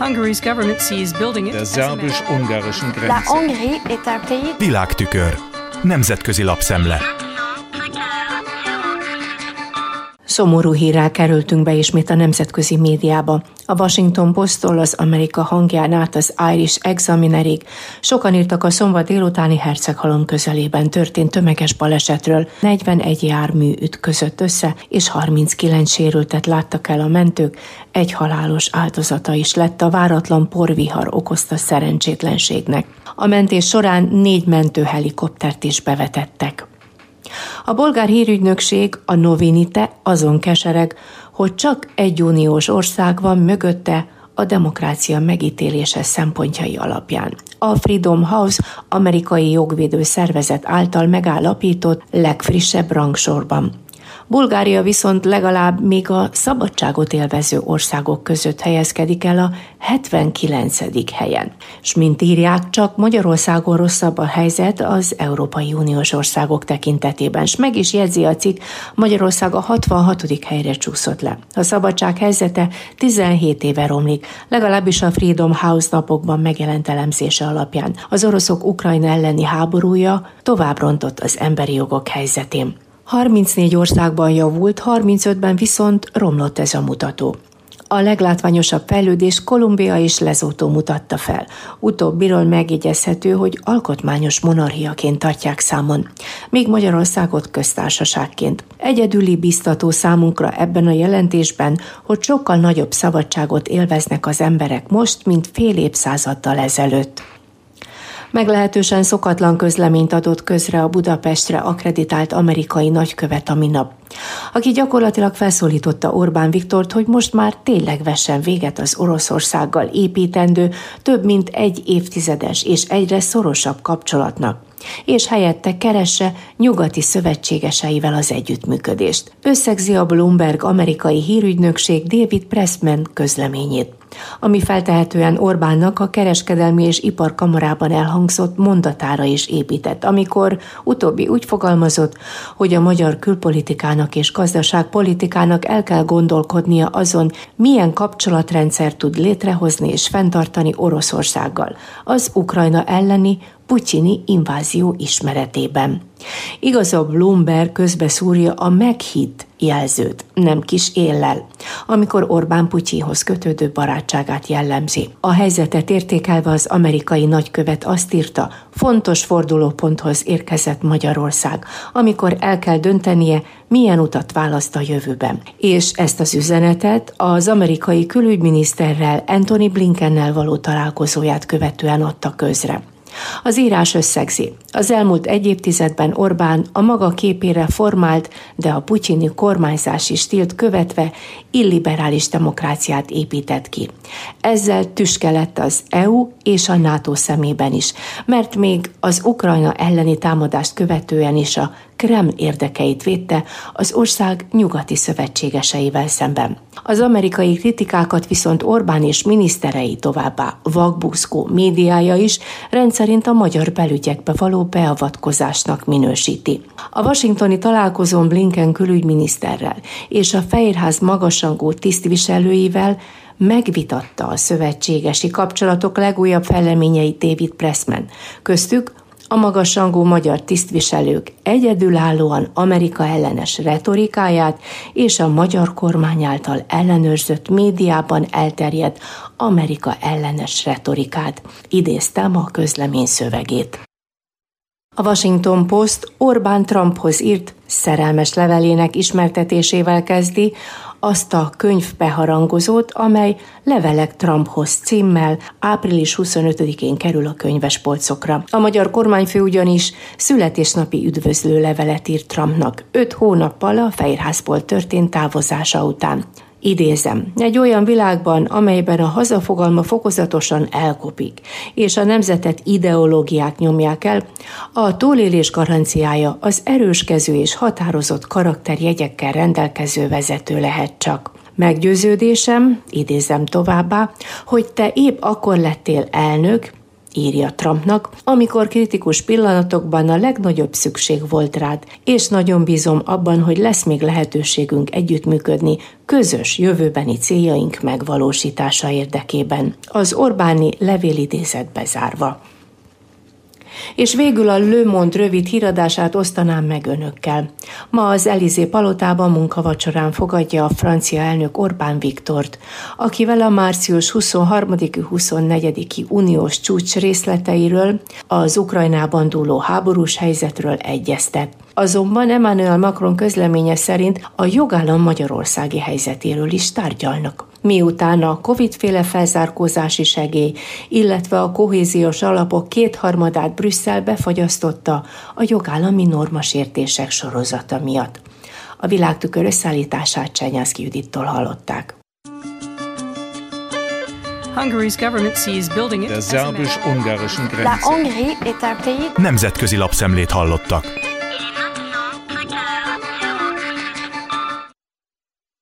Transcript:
Der szerbus-ungarischen Grenze. La Hongrie est un pays. Világtükör. Nemzetközi lapszemle. Szomorú hírrel kerültünk be ismét a nemzetközi médiába. A Washington Posttól az Amerika hangján át az Irish Examinerig sokan írtak a szombat délutáni Herceghalom közelében történt tömeges balesetről. 41 jármű ütközött össze, és 39 sérültet láttak el a mentők, egy halálos áldozata is lett, a váratlan porvihar okozta szerencsétlenségnek. A mentés során 4 mentőhelikoptert is bevetettek. A bolgár hírügynökség, a Novinite azon kesereg, hogy csak egy uniós ország van mögötte a demokrácia megítélése szempontjai alapján. A Freedom House amerikai jogvédő szervezet által megállapított legfrissebb rangsorban. Bulgária viszont legalább még a szabadságot élvező országok között helyezkedik el a 79. helyen. S mint írják, csak Magyarországon rosszabb a helyzet az Európai Uniós országok tekintetében, s meg is jegyzi a cikk, Magyarország a 66. helyre csúszott le. A szabadság helyzete 17 éve romlik, legalábbis a Freedom House napokban megjelent elemzése alapján. Az oroszok Ukrajna elleni háborúja tovább rontott az emberi jogok helyzetén. 34 országban javult, 35-ben viszont romlott ez a mutató. A leglátványosabb fejlődés Kolumbia és Lesotho mutatta fel. Utóbbiról megjegyezhető, hogy alkotmányos monarchiaként tartják számon, míg Magyarországot köztársaságként. Egyedüli biztató számunkra ebben a jelentésben, hogy sokkal nagyobb szabadságot élveznek az emberek most, mint fél évszázaddal ezelőtt. Meglehetősen szokatlan közleményt adott közre a Budapestre akkreditált amerikai nagykövet a minap, aki gyakorlatilag felszólította Orbán Viktort, hogy most már tényleg vessen véget az Oroszországgal építendő, több mint egy évtizedes és egyre szorosabb kapcsolatnak, és helyette keresse nyugati szövetségeseivel az együttműködést. Összegzi a Bloomberg amerikai hírügynökség David Pressman közleményét, ami feltehetően Orbánnak a kereskedelmi és iparkamarában elhangzott mondatára is épített, amikor utóbbi úgy fogalmazott, hogy a magyar külpolitikának és gazdaságpolitikának el kell gondolkodnia azon, milyen kapcsolatrendszer tud létrehozni és fenntartani Oroszországgal az Ukrajna elleni putyini invázió ismeretében. Igaz, a Bloomberg közbeszúrja a meghitt jelzőt, nem kis éllel, amikor Orbán Putyinhoz kötődő barátságát jellemzi. A helyzetet értékelve az amerikai nagykövet azt írta, fontos fordulóponthoz érkezett Magyarország, amikor el kell döntenie, milyen utat választ a jövőben. És ezt az üzenetet az amerikai külügyminiszterrel, Antony Blinkennel való találkozóját követően adta közre. Az írás összegzi. Az elmúlt egy évtizedben Orbán a maga képére formált, de a putyini kormányzási stílt követve illiberális demokráciát épített ki. Ezzel tüske lett az EU és a NATO szemében is, mert még az Ukrajna elleni támadást követően is a Kreml érdekeit védte az ország nyugati szövetségeseivel szemben. Az amerikai kritikákat viszont Orbán és miniszterei, továbbá vakbúszkó médiája is rendszerint a magyar belügyekbe való beavatkozásnak minősíti. A washingtoni találkozón Blinken külügyminiszterrel és a Fehérház magasrangú tisztviselőivel megvitatta a szövetségesi kapcsolatok legújabb fejleményeit David Pressman, köztük a magasrangú magyar tisztviselők egyedülállóan Amerika ellenes retorikáját és a magyar kormány által ellenőrzött médiában elterjedt Amerika ellenes retorikát. Idéztem a közlemény szövegét. A Washington Post Orbán Trumphoz írt szerelmes levelének ismertetésével kezdi azt a könyvbeharangozót, amely Levelek Trumphoz címmel április 25-én kerül a könyvespolcokra. A magyar kormányfő ugyanis születésnapi üdvözlő levelet írt Trumpnak 5 hónappal a Fehérházból történt távozása után. Idézem, egy olyan világban, amelyben a hazafogalma fokozatosan elkopik, és a nemzetet ideológiák nyomják el, a túlélés garanciája az erőskező és határozott karakterjegyekkel rendelkező vezető lehet csak. Meggyőződésem, idézem továbbá, hogy te épp akkor lettél elnök, írja Trumpnak, amikor kritikus pillanatokban a legnagyobb szükség volt rád, és nagyon bízom abban, hogy lesz még lehetőségünk együttműködni közös jövőbeni céljaink megvalósítása érdekében. Az Orbáni levélidézetbe zárva. És végül a Le Monde rövid híradását osztanám meg önökkel. Ma az Élysée palotában munkavacsorán fogadja a francia elnök Orbán Viktort, akivel a március 23-24. uniós csúcs részleteiről, az Ukrajnában dúló háborús helyzetről egyeztet. Azonban Emmanuel Macron közleménye szerint a jogállam magyarországi helyzetéről is tárgyalnak. Miután a Covid-féle felzárkózási segély, illetve a kohéziós alapok 2/3 Brüsszel befagyasztotta a jogállami normasértések sorozata miatt. A Világtükör összeállítását Csernyánszky Judittól hallották. Der szerbus-ungarischen Grenze. Nemzetközi lapszemlét hallottak.